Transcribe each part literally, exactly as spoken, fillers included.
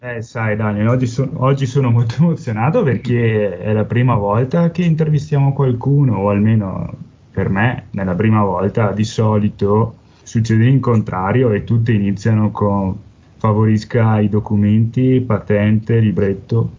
Eh, sai, Daniel, oggi, so- oggi sono molto emozionato perché è la prima volta che intervistiamo qualcuno, o almeno per me è la prima volta. Di solito succede in contrario e tutte iniziano con favorisca i documenti, patente, libretto.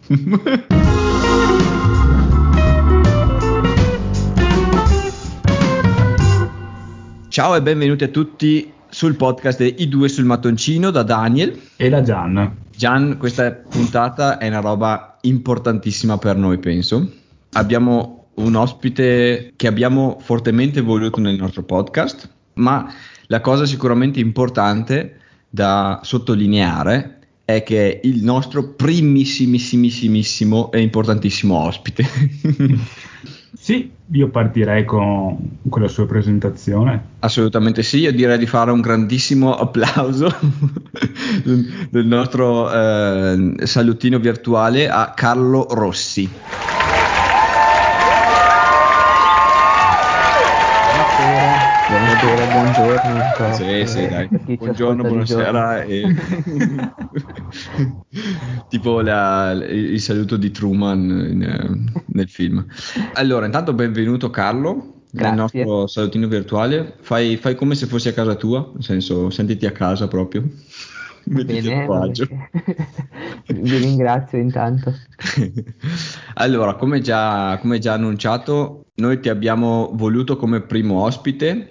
Ciao e benvenuti a tutti sul podcast I due sul mattoncino da Daniel. E la Gian. Gian, questa puntata è una roba importantissima per noi, penso. Abbiamo un ospite che abbiamo fortemente voluto nel nostro podcast, ma la cosa sicuramente importante da sottolineare è che è il nostro primissimissimo e importantissimo ospite. Sì, io partirei con, con la sua presentazione. Assolutamente sì, io direi di fare un grandissimo applauso del nostro eh, salutino virtuale a Carlo Rossi. Buonasera, buongiorno, non so, Sì, sì, eh, dai. per chi ci Buongiorno, ascolta di giorno. buonasera. E... tipo la- il saluto di Truman in, eh, nel film. Allora, intanto benvenuto Carlo nel Grazie. nostro salutino virtuale. Fai, fai come se fossi a casa tua, nel senso, sentiti a casa proprio. Va Mettiti a bene, tuo va agio. bene. Vi ringrazio intanto. Allora, come già, come già annunciato, noi ti abbiamo voluto come primo ospite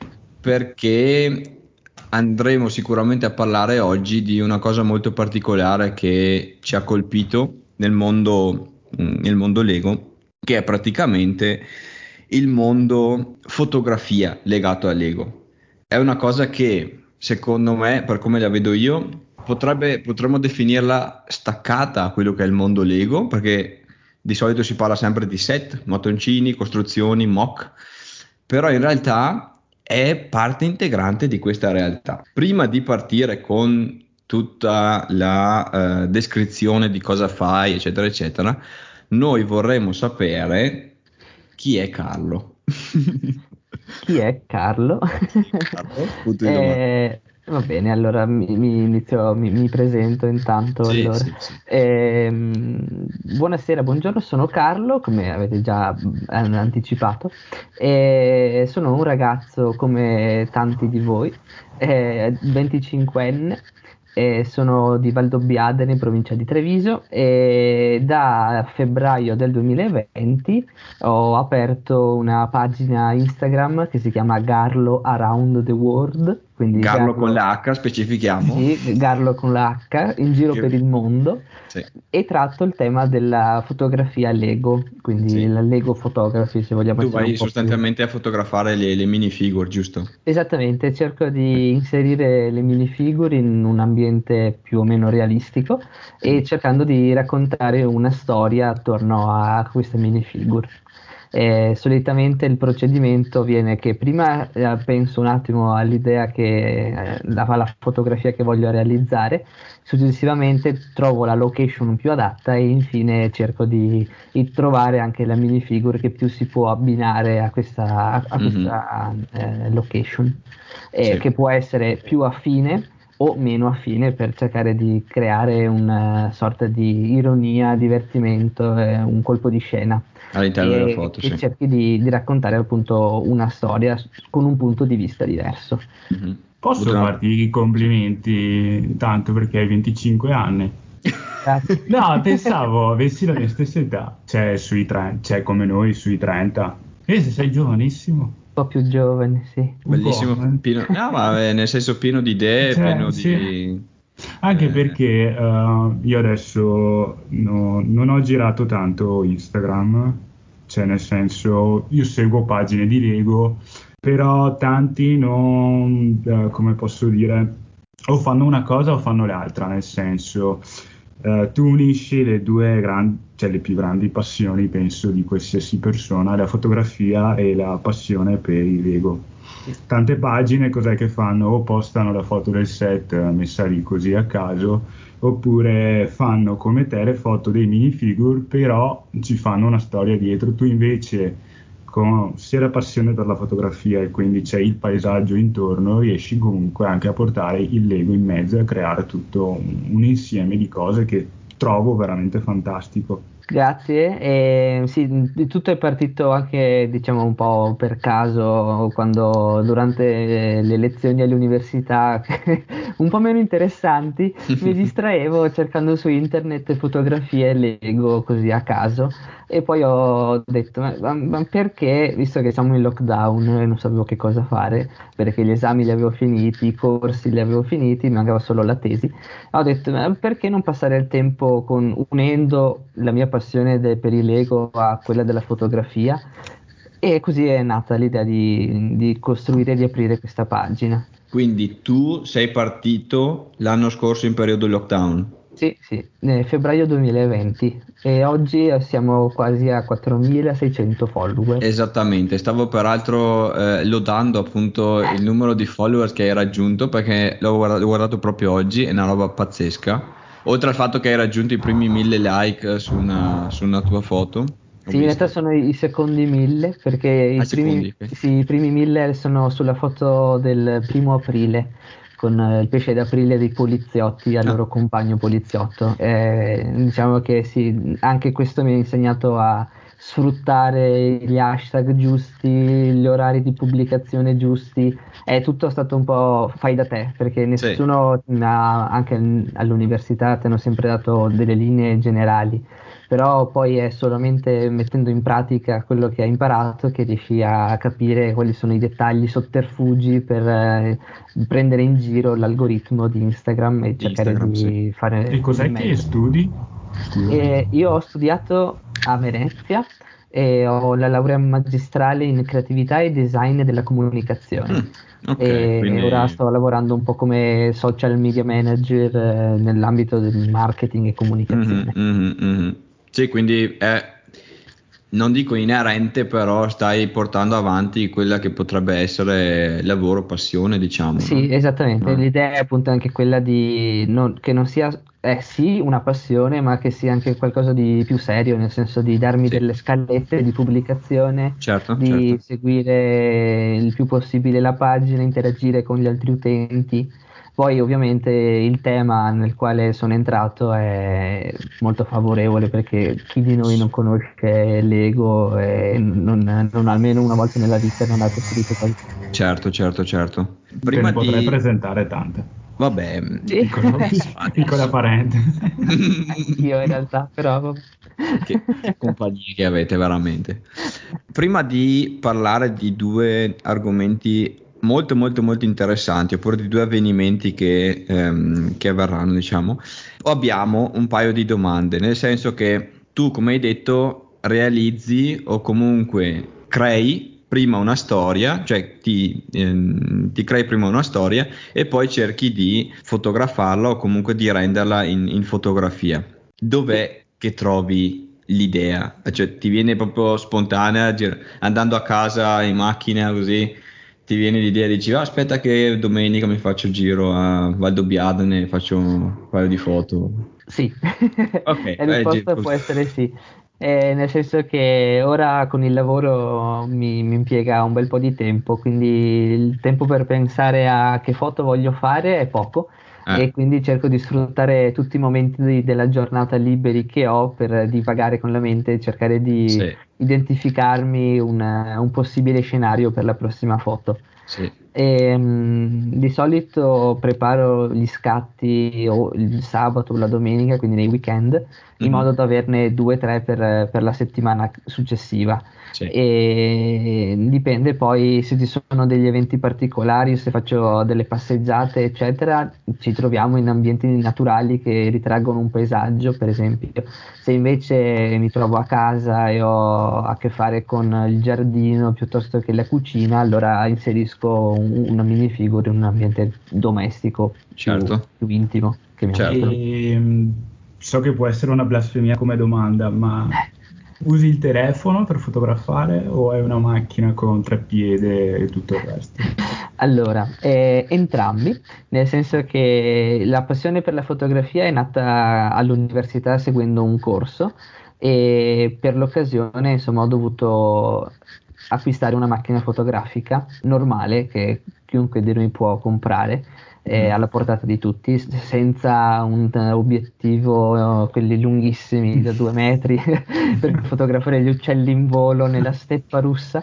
perché andremo sicuramente a parlare oggi di una cosa molto particolare che ci ha colpito nel mondo, mm, nel mondo Lego, che è praticamente il mondo fotografia legato a Lego. È una cosa che, secondo me, per come la vedo io, potrebbe, potremmo definirla staccata a quello che è il mondo Lego, perché di solito si parla sempre di set, mattoncini, costruzioni, mock, però in realtà è parte integrante di questa realtà. Prima di partire con tutta la eh, descrizione di cosa fai, eccetera, eccetera, noi vorremmo sapere chi è Carlo. Chi è Carlo? Chi è Carlo? Punto di domanda. Eh, va bene, allora mi, mi inizio, mi, mi presento intanto. Sì, Allora. sì, sì. Ehm, buonasera, buongiorno, sono Carlo, come avete già mm, anticipato, e sono un ragazzo come tanti di voi, eh, venticinquenne. E sono di Valdobbiadene in provincia di Treviso e da febbraio del duemilaventi ho aperto una pagina Instagram che si chiama Garlo Around the World, quindi Garlo con Garlo, la H, specifichiamo. sì, Garlo con l'H, in giro per il mondo, Sì, e tratto il tema della fotografia Lego, quindi sì. la Lego photography, se vogliamo Tu essere un vai po' più... sostanzialmente a fotografare le, le minifigure, giusto? Esattamente, cerco di inserire le minifigure in un ambiente più o meno realistico e Mm. cercando di raccontare una storia attorno a queste minifigure. Eh, solitamente il procedimento viene che prima eh, penso un attimo all'idea che eh, la, la fotografia che voglio realizzare, successivamente trovo la location più adatta e infine cerco di, di trovare anche la minifigure che più si può abbinare a questa, a, a Mhm. questa eh, location, eh, Sì, che può essere più affine o meno affine per cercare di creare una sorta di ironia, divertimento, eh, un colpo di scena all'interno della e foto, che sì. cerchi di, di raccontare appunto una storia s- con un punto di vista diverso. Mhm. Ho avuto Posso una- farti i complimenti tanto perché hai venticinque anni? Grazie. No, pensavo avessi la mia stessa età, cioè, sui trenta, cioè come noi sui trenta. E se sei giovanissimo, Un po' più giovane, sì. un po'. Bellissimo, eh. pieno, no, ma eh, nel senso pieno di idee, Cioè, pieno sì. di... Anche eh, perché eh, io adesso no- non ho girato tanto Instagram, cioè nel senso io seguo pagine di Lego, però tanti non, eh, come posso dire, o fanno una cosa o fanno l'altra, nel senso eh, tu unisci le due grandi, cioè le più grandi passioni, penso, di qualsiasi persona, la fotografia e la passione per i Lego. Tante pagine cos'è che fanno? O postano la foto del set eh, messa lì così a caso, oppure fanno come te le foto dei minifigure, però ci fanno una storia dietro. Tu invece con sia la passione per la fotografia e quindi c'è il paesaggio intorno, riesci comunque anche a portare il Lego in mezzo e a creare tutto un, un insieme di cose che trovo veramente fantastico. Grazie, e sì, di tutto è partito anche diciamo un po' per caso quando durante le lezioni all'università un po' meno interessanti mi distraevo cercando su internet fotografie Lego così a caso e poi ho detto ma, ma- ma perché, visto che siamo in lockdown e non sapevo che cosa fare perché gli esami li avevo finiti, i corsi li avevo finiti, mi mancava solo la tesi. Ho detto, ma perché non passare il tempo con- unendo la mia passione de- per il Lego a quella della fotografia? E così è nata l'idea di, di costruire e di aprire questa pagina. Quindi tu sei partito l'anno scorso in periodo lockdown. Sì, sì, nel febbraio duemilaventi e oggi eh, siamo quasi a quattromilaseicento follower. Esattamente, stavo peraltro eh, lodando appunto il numero di followers che hai raggiunto perché l'ho guarda- l'ho guardato proprio oggi, è una roba pazzesca. Oltre al fatto che hai raggiunto i primi mille like su una, su una tua foto, ho Sì, in realtà visto. sono i, i secondi mille perché Ah, i primi, secondi, ok. sì, i primi mille sono sulla foto del primo aprile con eh, il pesce d'aprile dei poliziotti al Ah, loro compagno poliziotto. Eh, diciamo che sì, anche questo mi ha insegnato a sfruttare gli hashtag giusti, gli orari di pubblicazione giusti. È tutto stato un po' fai da te perché sì. nessuno, mi ha- anche all'università, ti hanno sempre dato delle linee generali, però poi è solamente mettendo in pratica quello che hai imparato che riesci a capire quali sono i dettagli, i sotterfugi per eh, prendere in giro l'algoritmo di Instagram e Di cercare Instagram, sì. di E fare il cos'è che meglio. studi? Scusami. E io ho studiato a Venezia e ho la laurea magistrale in creatività e design della comunicazione. Mm, ok, E ora quindi... sto lavorando un po' come social media manager eh, nell'ambito del marketing e Mhm, comunicazione. mhm, mhm. Sì, quindi è, non dico inerente, però stai portando avanti quella che potrebbe essere lavoro, passione, diciamo, Sì, no? esattamente. Ah, L'idea è appunto anche quella di non- che non sia, eh sì, una passione, ma che sia anche qualcosa di più serio, nel senso di darmi sì, delle scalette di pubblicazione, certo, di certo. seguire il più possibile la pagina, interagire con gli altri utenti. Poi ovviamente il tema nel quale sono entrato è molto favorevole perché chi di noi non conosce Lego e non, non almeno una volta nella vita non ha costruito qualcosa. Certo, certo, certo. Te ne Prima potrei di... presentare tante. Vabbè, Sì. Piccola, piccola adesso. parentesi. Anch'io in realtà, però vabbè. Che, che compagnie che avete veramente. Prima di parlare di due argomenti molto molto molto interessanti, oppure di due avvenimenti che, ehm, che avverranno, diciamo, abbiamo un paio di domande, nel senso che tu, come hai detto, realizzi o comunque crei prima una storia, cioè ti, ehm, ti crei prima una storia e poi cerchi di fotografarla o comunque di renderla in, in fotografia. Sì. Dov'è che trovi l'idea? Cioè ti viene proprio spontanea, gir- andando a casa in macchina così, ti viene l'idea e dici, "Ah, aspetta che domenica mi faccio il giro a Valdobbiadene e faccio un paio di foto." Sì, Ok, la vai a risposta giro. può essere sì. Eh, nel senso che ora con il lavoro mi, mi impiega un bel po' di tempo, quindi il tempo per pensare a che foto voglio fare è poco Eh, e quindi cerco di sfruttare tutti i momenti di- della giornata liberi che ho per divagare con la mente e cercare di sì, identificarmi un, un possibile scenario per la prossima foto. sì. E, mh, di solito preparo gli scatti o il sabato o la domenica, quindi nei weekend, in modo Mhm, da averne due o tre per, per la settimana successiva. sì, E dipende poi se ci sono degli eventi particolari, se faccio delle passeggiate, eccetera, ci troviamo in ambienti naturali che ritraggono un paesaggio, per esempio. Se invece mi trovo a casa e ho a che fare con il giardino piuttosto che la cucina, allora inserisco un- una minifigure in un ambiente domestico più, certo, più intimo, chiamiamolo. certo. E, mh, so che può essere una blasfemia come domanda, ma usi il telefono per fotografare o hai una macchina con treppiede e tutto il resto? Allora, eh, entrambi, nel senso che la passione per la fotografia è nata all'università seguendo un corso e per l'occasione, insomma, ho dovuto acquistare una macchina fotografica normale che chiunque di noi può comprare, eh, Mm. alla portata di tutti, s- senza un eh, obiettivo, eh, quelli lunghissimi da due metri per fotografare gli uccelli in volo nella steppa russa,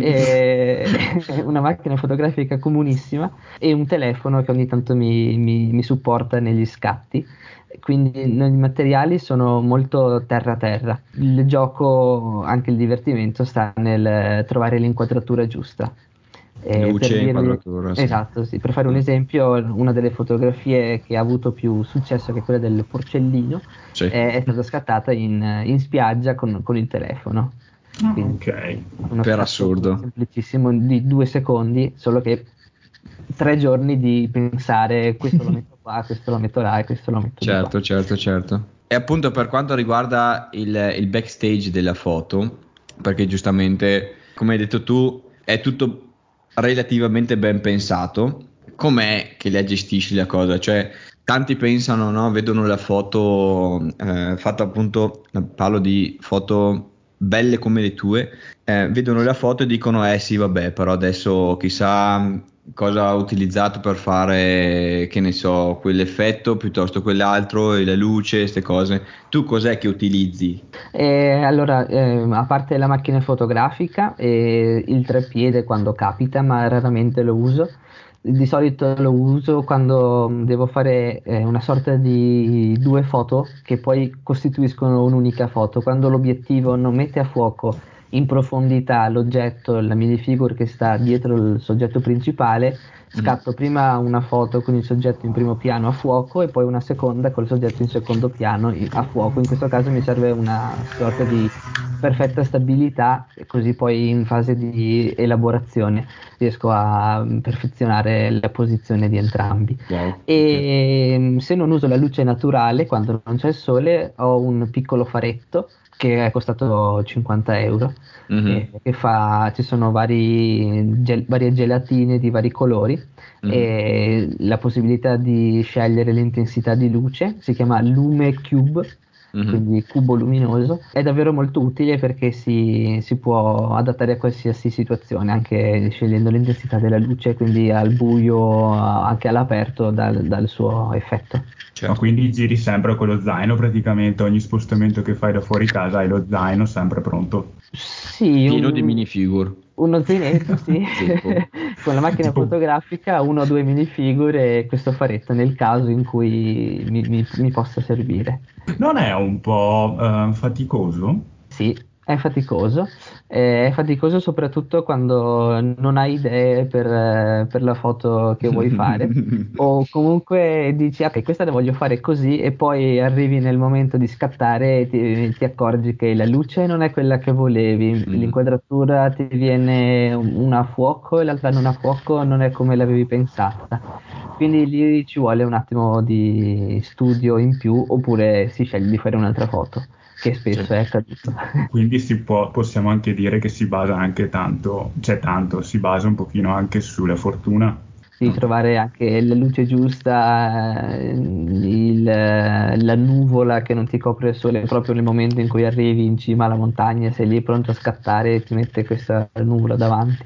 e una macchina fotografica comunissima e un telefono che ogni tanto mi, mi- mi supporta negli scatti. Quindi i materiali sono molto terra-terra. Il gioco, anche il divertimento, sta nel trovare l'inquadratura giusta. Eh, per Luce, dirvi, inquadratura, sì. esatto, sì, per fare un Mm. esempio, una delle fotografie che ha avuto più successo, che è quella del porcellino, Sì. eh, è stata scattata in, in spiaggia con, con il telefono. Ah, Quindi ok. uno Per scatto assurdo. semplicissimo di due secondi, solo che tre giorni di pensare questo lo metto qua, questo lo metto là e questo lo metto di qua. Certo, certo, certo. E appunto per quanto riguarda il, il backstage della foto, perché giustamente, come hai detto tu, è tutto relativamente ben pensato, com'è che la gestisci la cosa? Cioè, tanti pensano, no? Vedono la foto eh, fatta appunto, parlo di foto belle come le tue, eh, vedono la foto e dicono, eh sì, vabbè, però adesso chissà cosa ha utilizzato per fare, che ne so, quell'effetto piuttosto quell'altro, e la luce, queste cose. Tu cos'è che utilizzi? E allora, eh, a parte la macchina fotografica e il treppiede quando capita, ma raramente lo uso. Di solito lo uso quando mh, devo fare eh, una sorta di due foto che poi costituiscono un'unica foto. Quando l'obiettivo non mette a fuoco in profondità l'oggetto, la minifigure che sta dietro il soggetto principale, Mhm. scatto prima una foto con il soggetto in primo piano a fuoco e poi una seconda col soggetto in secondo piano i- a fuoco. In questo caso mi serve una sorta di perfetta stabilità, e così poi in fase di elaborazione riesco a mm, perfezionare la posizione di entrambi. Wow, ok. E mm, se non uso la luce naturale, quando non c'è il sole, ho un piccolo faretto che è costato cinquanta euro, eh, Mhm, che fa, ci sono vari gel- varie gelatine di vari colori mhm, e la possibilità di scegliere l'intensità di luce, si chiama Lume Cube, mhm. quindi cubo luminoso, è davvero molto utile perché si, si può adattare a qualsiasi situazione, anche scegliendo l'intensità della luce, quindi al buio, anche all'aperto, dal, dal suo effetto. Ma Certo. quindi giri sempre con lo zaino praticamente, ogni spostamento che fai da fuori casa hai lo zaino sempre pronto. Sì, Pieno di un- minifigure. uno zainetto, sì, Zeppo. con la macchina Tipo, fotografica, uno o due minifigure e questo faretto nel caso in cui mi, mi- mi possa servire. non è un po' eh, faticoso? Sì, è faticoso, eh, è faticoso soprattutto quando non hai idee per, eh, per la foto che vuoi fare o comunque dici, ok, questa la voglio fare così e poi arrivi nel momento di scattare e ti, ti accorgi che la luce non è quella che volevi, Mhm. l'inquadratura ti viene una a fuoco e l'altra non a fuoco, non è come l'avevi pensata. Quindi lì ci vuole un attimo di studio in più oppure si sceglie di fare un'altra foto, che Sì. spesso è accaduto. Quindi si può- possiamo anche dire che si basa anche tanto, cioè tanto, si basa un pochino anche sulla fortuna. Di trovare anche la luce giusta, eh, il- la nuvola che non ti copre il sole proprio nel momento in cui arrivi in cima alla montagna, sei lì pronto a scattare e ti mette questa nuvola davanti.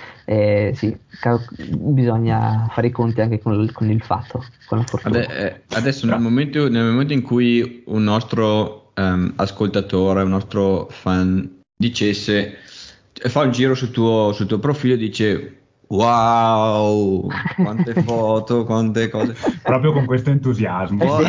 Eh, sì, ca- bisogna fare i conti anche con, il con il fatto, con la Ade- fortuna. eh, adesso nel Bra- momento, nel momento in cui un nostro ehm, ascoltatore, un nostro fan dicesse, fa un giro sul tuo, sul tuo profilo e dice wow, quante foto, quante cose. Proprio con questo entusiasmo. Eh Vo- sì.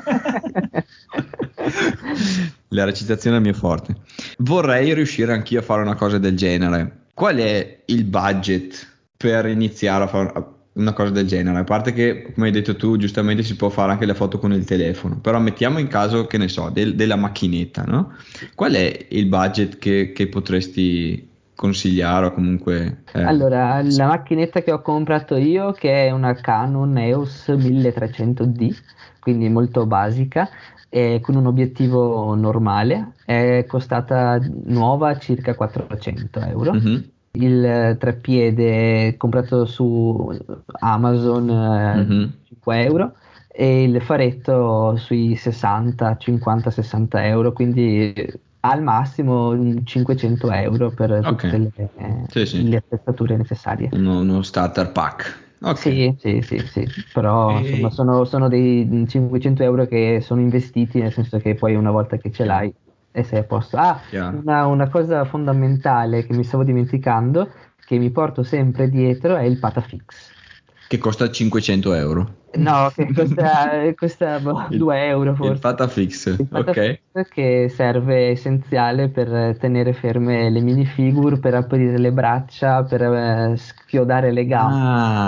La recitazione è il mio forte. Vorrei riuscire anch'io a fare una cosa del genere. Qual è il budget per iniziare a fare una cosa del genere? A parte che, come hai detto tu, giustamente si può fare anche la foto con il telefono, però mettiamo in caso, che ne so, del- della macchinetta, no? Qual è il budget che, che potresti consigliare o comunque... eh, Allora, la macchinetta che ho comprato io, che è una Canon E O S milletrecento D, quindi molto basica, e con un obiettivo normale, è costata nuova circa quattrocento euro. mhm, Il eh, treppiede comprato su Amazon, eh, mhm. cinque euro e il faretto sui sessanta, cinquanta, sessanta euro, quindi al massimo mm, cinquecento euro per tutte Ok. le, eh, Sì, sì. le attrezzature necessarie. Uno, uno starter pack. Ok. Sì, sì, sì, sì, però insomma E sono, sono dei cinquecento euro che sono investiti, nel senso che poi una volta che ce Chiaro, l'hai e sei a posto. Ah, chiaro. una, una cosa fondamentale che mi stavo dimenticando, che mi porto sempre dietro, è il Patafix. Che costa cinquecento euro. No, che costa, costa boh, Il, due euro il forse. Patafix, Il Patafix ok. che serve essenziale per tenere ferme le minifigure, per aprire le braccia, per eh, schiodare le gambe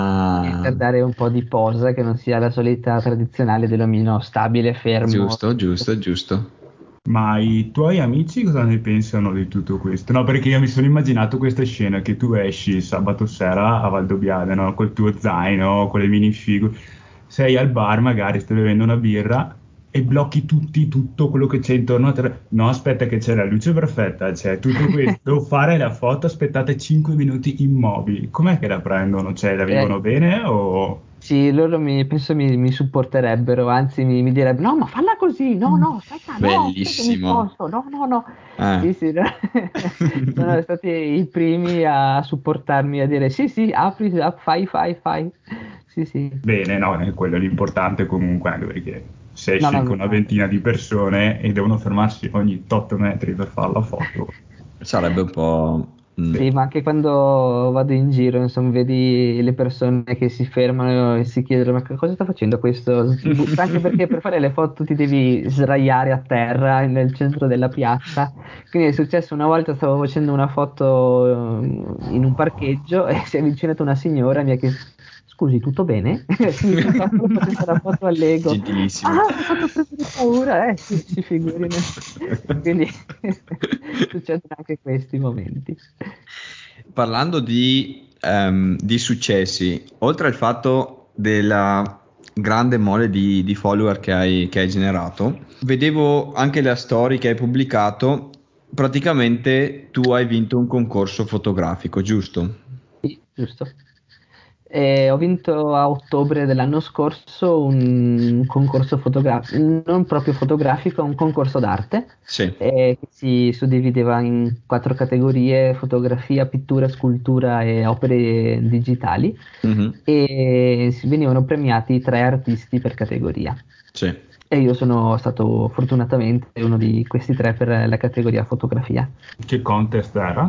e Ah, per dare un po' di posa che non sia la solita tradizionale dell'omino stabile, fermo. giusto, giusto, giusto. Ma i tuoi amici cosa ne pensano di tutto questo? No, perché io mi sono immaginato questa scena che tu esci il sabato sera a Valdobbiadene, no? Col tuo zaino, con le minifigure, sei al bar, magari stai bevendo una birra e blocchi tutti, tutto quello che c'è intorno a te. No, aspetta che c'è la luce perfetta, c'è tutto questo. Devo fare la foto, aspettate cinque minuti immobili. Com'è che la prendono? Cioè, la Eh, vivono bene o... sì, loro mi, penso mi, mi supporterebbero, anzi mi, mi direbbero: no, ma falla così, no, no, aspetta, no, aspetta, mi Bellissimo. sposto, no, no, no. Eh. Sì, sì, no. Sono stati i primi a supportarmi, a dire: sì, sì, apri, ap- fai, fai, fai. Sì, sì. Bene, no, è quello l'importante comunque, anche perché se No, esci no, con no, una no. ventina di persone e devono fermarsi ogni otto metri per fare la foto, Sarebbe un po'... mm. Sì, ma anche quando vado in giro, insomma, vedi le persone che si fermano e si chiedono: ma che cosa sta facendo questo? Bu- Anche perché per fare le foto ti devi sdraiare a terra nel centro della piazza. Quindi è successo una volta, stavo facendo una foto eh, in un parcheggio e si è avvicinata una signora e mi ha chiesto: scusi, tutto bene? Sì, sì, stavo facendo la foto all'ego. Gentilissima. Ah, mi ha fatto prendere paura, eh, sì, si figurino. Quindi succedono anche questi momenti. Parlando di, ehm, di successi, oltre al fatto della grande mole di, di follower che hai, che hai generato, vedevo anche la story che hai pubblicato. Praticamente tu hai vinto un concorso fotografico, giusto? Sì, giusto. E ho vinto a ottobre dell'anno scorso un concorso fotografico, non proprio fotografico, un concorso d'arte, Sì. eh, che si suddivideva in quattro categorie: fotografia, pittura, scultura e opere digitali, Mhm. e si venivano premiati tre artisti per categoria. Sì. E io sono stato fortunatamente uno di questi tre per la categoria fotografia. che contest era?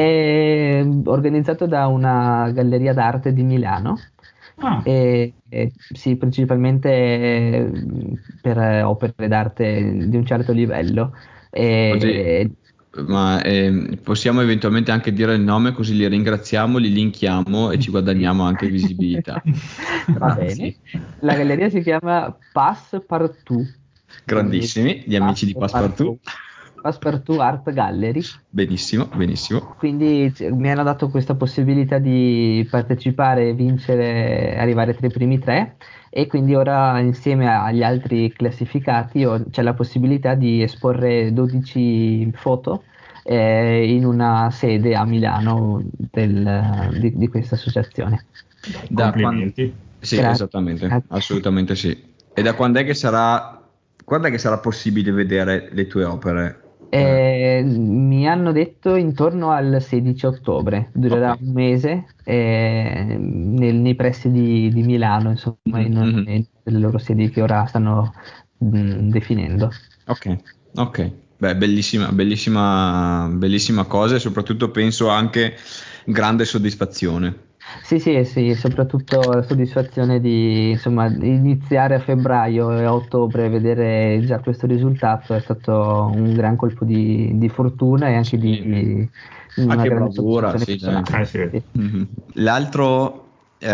È organizzato da una galleria d'arte di Milano, Ah, e, e sì, principalmente eh, per eh, opere d'arte di un certo livello. Così, E, ma ehm, possiamo eventualmente anche dire il nome così li ringraziamo, li linkiamo e ci sì. guadagniamo anche visibilità. Va bene. Grazie. La galleria si chiama Passepartout, quindi Grandissimi, gli amici di Passepartout. Passepartout, Passepartout Art Gallery. Benissimo, benissimo. Quindi c- mi hanno dato questa possibilità di partecipare, vincere, arrivare tra i primi tre, e quindi ora insieme agli altri classificati ho- c'è la possibilità di esporre dodici foto eh, in una sede a Milano del- di, di questa associazione. Da quan- complimenti. Sì, Grazie. esattamente, Grazie. assolutamente sì. E da quando è che sarà, quando è che sarà possibile vedere le tue opere? Eh, Eh, mi hanno detto intorno al sedici ottobre, ok. durerà un mese eh, nel- nei pressi di, di Milano, insomma, Mhm, in, mhm. in delle loro sedi che ora stanno mh, definendo. Ok, ok. Beh, bellissima, bellissima, bellissima cosa e soprattutto penso anche grande soddisfazione. Sì, sì, sì, soprattutto la soddisfazione di, insomma, iniziare a febbraio e a ottobre e vedere già questo risultato è stato un gran colpo di, di fortuna e anche Sì. di Ah, una che grande bravura, soddisfazione sì, dai. personale. Eh sì, Sì. Mhm. L'altro eh,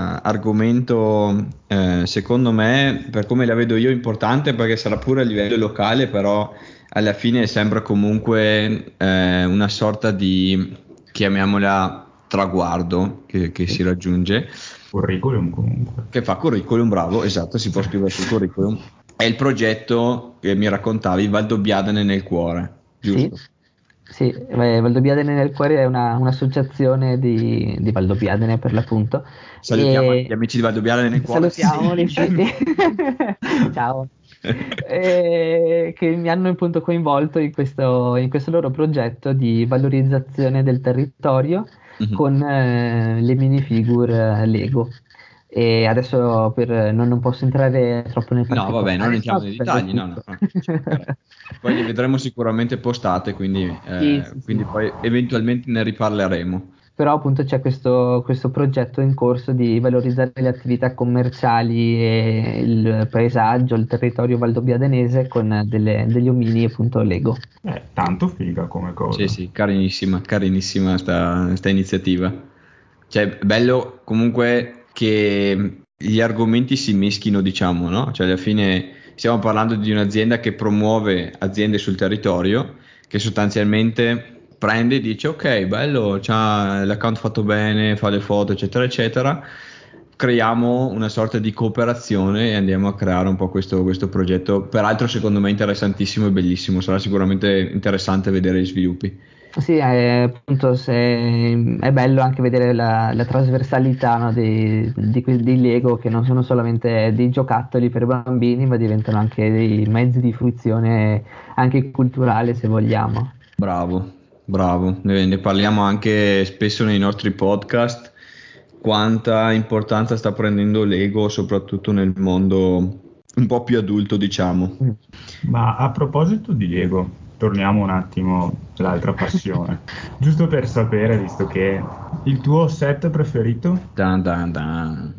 argomento, eh, secondo me, per come la vedo io, importante perché sarà pure a livello locale, però alla fine sembra comunque eh, una sorta di, chiamiamola, traguardo che, che si Sì. raggiunge, curriculum comunque. che fa curriculum, bravo, esatto, si può scrivere sul curriculum. È il progetto che mi raccontavi, Valdobbiadene nel cuore, Sì, giusto? sì, eh, Valdobbiadene nel Cuore è una- un'associazione di, di Valdobbiadene per l'appunto. Salutiamo gli E amici di Valdobbiadene nel cuore. salutiamoli, Sì. sì. Ciao. e che mi hanno appunto coinvolto in questo, in questo loro progetto di valorizzazione del territorio Mhm. con eh, le minifigure eh, Lego. E adesso per- non, non posso entrare troppo nei No, vabbè, non particolari, entriamo però nei bello dettagli, no, no, tutto. no, ci mancherebbe. Poi le vedremo sicuramente postate, quindi, Sì, eh, sì, sì. quindi poi eventualmente ne riparleremo. Però appunto c'è questo, questo progetto in corso di valorizzare le attività commerciali e il paesaggio, il territorio valdobbiadenese con delle- degli omini appunto Lego. Eh, tanto figa come Sì, cosa. sì, carinissima, carinissima sta, sta iniziativa. Cioè, è bello comunque che gli argomenti si mischino, diciamo, no? Cioè, alla fine stiamo parlando di un'azienda che promuove aziende sul territorio, che sostanzialmente prende e dice, ok, bello, c'ha l'account fatto bene, fa le foto, eccetera, eccetera. Creiamo una sorta di cooperazione e andiamo a creare un po' questo, questo progetto. Peraltro, secondo me, interessantissimo e bellissimo. Sarà sicuramente interessante vedere gli sviluppi. Sì, è, appunto se- è bello anche vedere la, la trasversalità, no, dei, di que- dei Lego che non sono solamente dei giocattoli per bambini, ma diventano anche dei mezzi di fruizione anche culturale, se vogliamo. Bravo, bravo. Ne, ne parliamo anche spesso nei nostri podcast. Quanta importanza sta prendendo Lego, soprattutto nel mondo un po' più adulto, diciamo. Mm. Ma a proposito di Lego, torniamo un attimo all'altra passione. Giusto per sapere, visto che il tuo set preferito? Dan, dan, dan.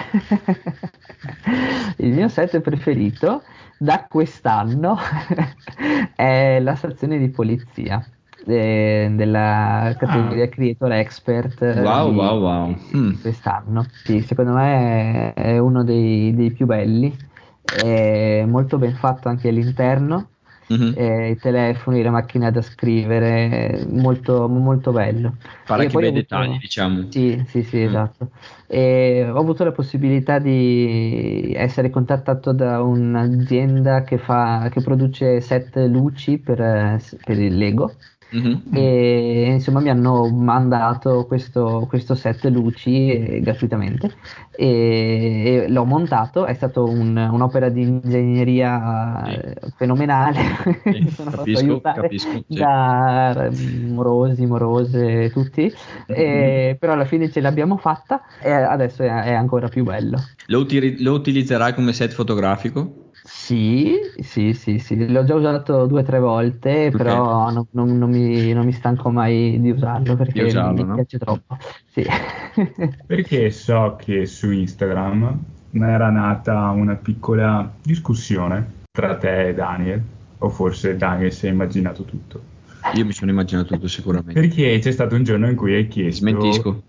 Il mio set preferito da quest'anno è la stazione di polizia eh, della Ah, categoria Creator Expert eh, Wow, wow, di, wow. Hmm. di quest'anno. Sì, secondo me è, è uno dei, dei più belli, è molto ben fatto anche all'interno, Mhm. eh, i telefoni, le macchine da scrivere, molto, molto bello. E Parecchi poi ho bei dettagli, avuto... diciamo. Sì, sì, sì, Mm. esatto. E ho avuto la possibilità di essere contattato da un'azienda che fa, che produce set luci per, eh, per il Lego. Mhm. mm, E insomma mi hanno mandato questo, questo set luci eh, gratuitamente e, e l'ho montato. È stato un- un'opera di ingegneria Sì, eh, fenomenale. sì, Mi sono fatto capisco, aiutare capisco, sì. da mm, morosi, morose, tutti, e- però alla fine ce l'abbiamo fatta e adesso è, è ancora più bello. Lo, utili- lo utilizzerai come set fotografico? Sì, sì, sì, sì, l'ho già usato due o tre volte, Ok, però non, non- non mi, non mi stanco mai di usarlo di perché usarlo, mi no? piace Mm. troppo. Sì. perché so che su Instagram era nata una piccola discussione tra te e Daniel, o forse Daniel si è immaginato tutto. Io mi sono immaginato tutto sicuramente. Perché c'è stato un giorno in cui hai Smentisco. chiesto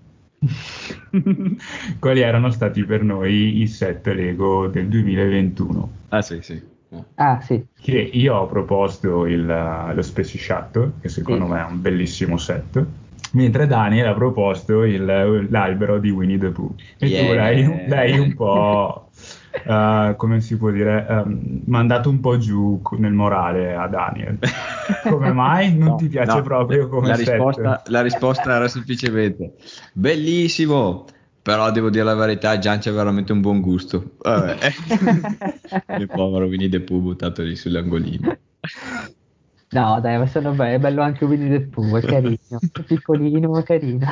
quali erano stati per noi i set Lego del duemilaventuno, Ah sì, sì. Oh. Ah, sì, che io ho proposto il, lo Space Shuttle, che secondo sì, me è un bellissimo set, mentre Daniel ha proposto il- l'albero di Winnie the Pooh. E tu l'hai l'hai Yeah. un po', eh, come si può dire, ehm, mandato un po' giù co- nel morale a Daniel. Come mai non No, ti piace no, proprio come la set? risposta, la risposta era semplicemente bellissimo, però devo dire la verità, Gian c'è veramente un buon gusto. Vabbè. Il povero Winnie the Pooh buttato lì sull'angolino. no, dai, ma sono be- è bello anche Winnie the Pooh, è carino, è piccolino ma carino.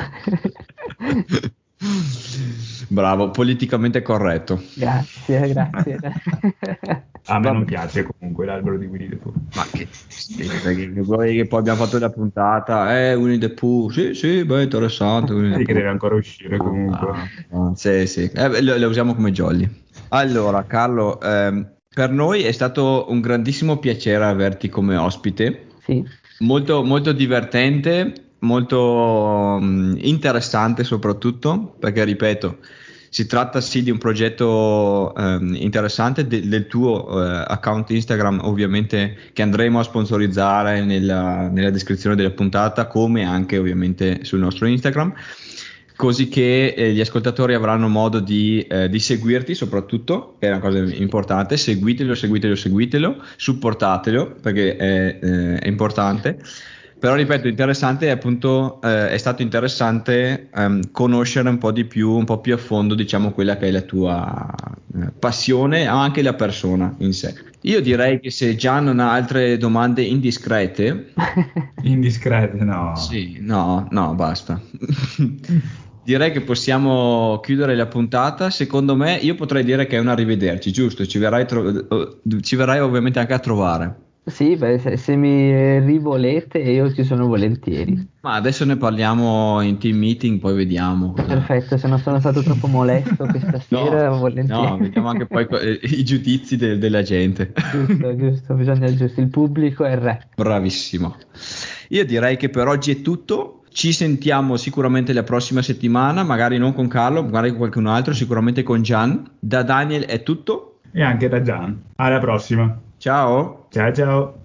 Bravo, politicamente corretto. Grazie, grazie. A me non Vabbè. piace comunque l'albero di Winnie the Pooh. Ma che schifo, che, che vuoi che poi abbiamo fatto la puntata, eh, Winnie the Pooh, sì, sì, beh, interessante, Winnie the Sì, che Pooh. deve ancora uscire comunque. Ah, ah, sì, sì, eh, beh, lo, lo usiamo come jolly. Allora, Carlo, ehm, per noi è stato un grandissimo piacere averti come ospite, Sì, molto, molto divertente, molto mm, interessante soprattutto, perché ripeto, si tratta sì di un progetto ehm, interessante de- del tuo eh, account Instagram, ovviamente che andremo a sponsorizzare nella, nella descrizione della puntata, come anche ovviamente sul nostro Instagram, così che eh, gli ascoltatori avranno modo di, eh, di seguirti soprattutto, che è una cosa importante, seguitelo, seguitelo, seguitelo, supportatelo, perché è, eh, è importante. Però ripeto, interessante appunto, eh, è stato interessante ehm, conoscere un po' di più, un po' più a fondo, diciamo, quella che è la tua eh, passione, ma anche la persona in sé. Io direi che se Gian non ha altre domande indiscrete, Indiscrete, no. sì, no, no, basta. Direi che possiamo chiudere la puntata. Secondo me, io potrei dire che è un arrivederci, giusto? Ci verrai, tro- eh, ci verrai ovviamente anche a trovare. Sì, beh, se, se mi rivolete io ci sono volentieri. Ma adesso ne parliamo in team meeting, poi vediamo cosa. Perfetto, se non sono stato troppo molesto questa No, sera, no, volentieri. vediamo anche poi co- eh, i giudizi de- della gente. Giusto, giusto, bisogna giusto. Il pubblico è il re. Bravissimo. Io direi che per oggi è tutto. Ci sentiamo sicuramente la prossima settimana, magari non con Carlo, magari con qualcun altro, sicuramente con Gian. Da Daniel è tutto. E anche da Gian. Alla prossima. Ciao. Ciao ciao.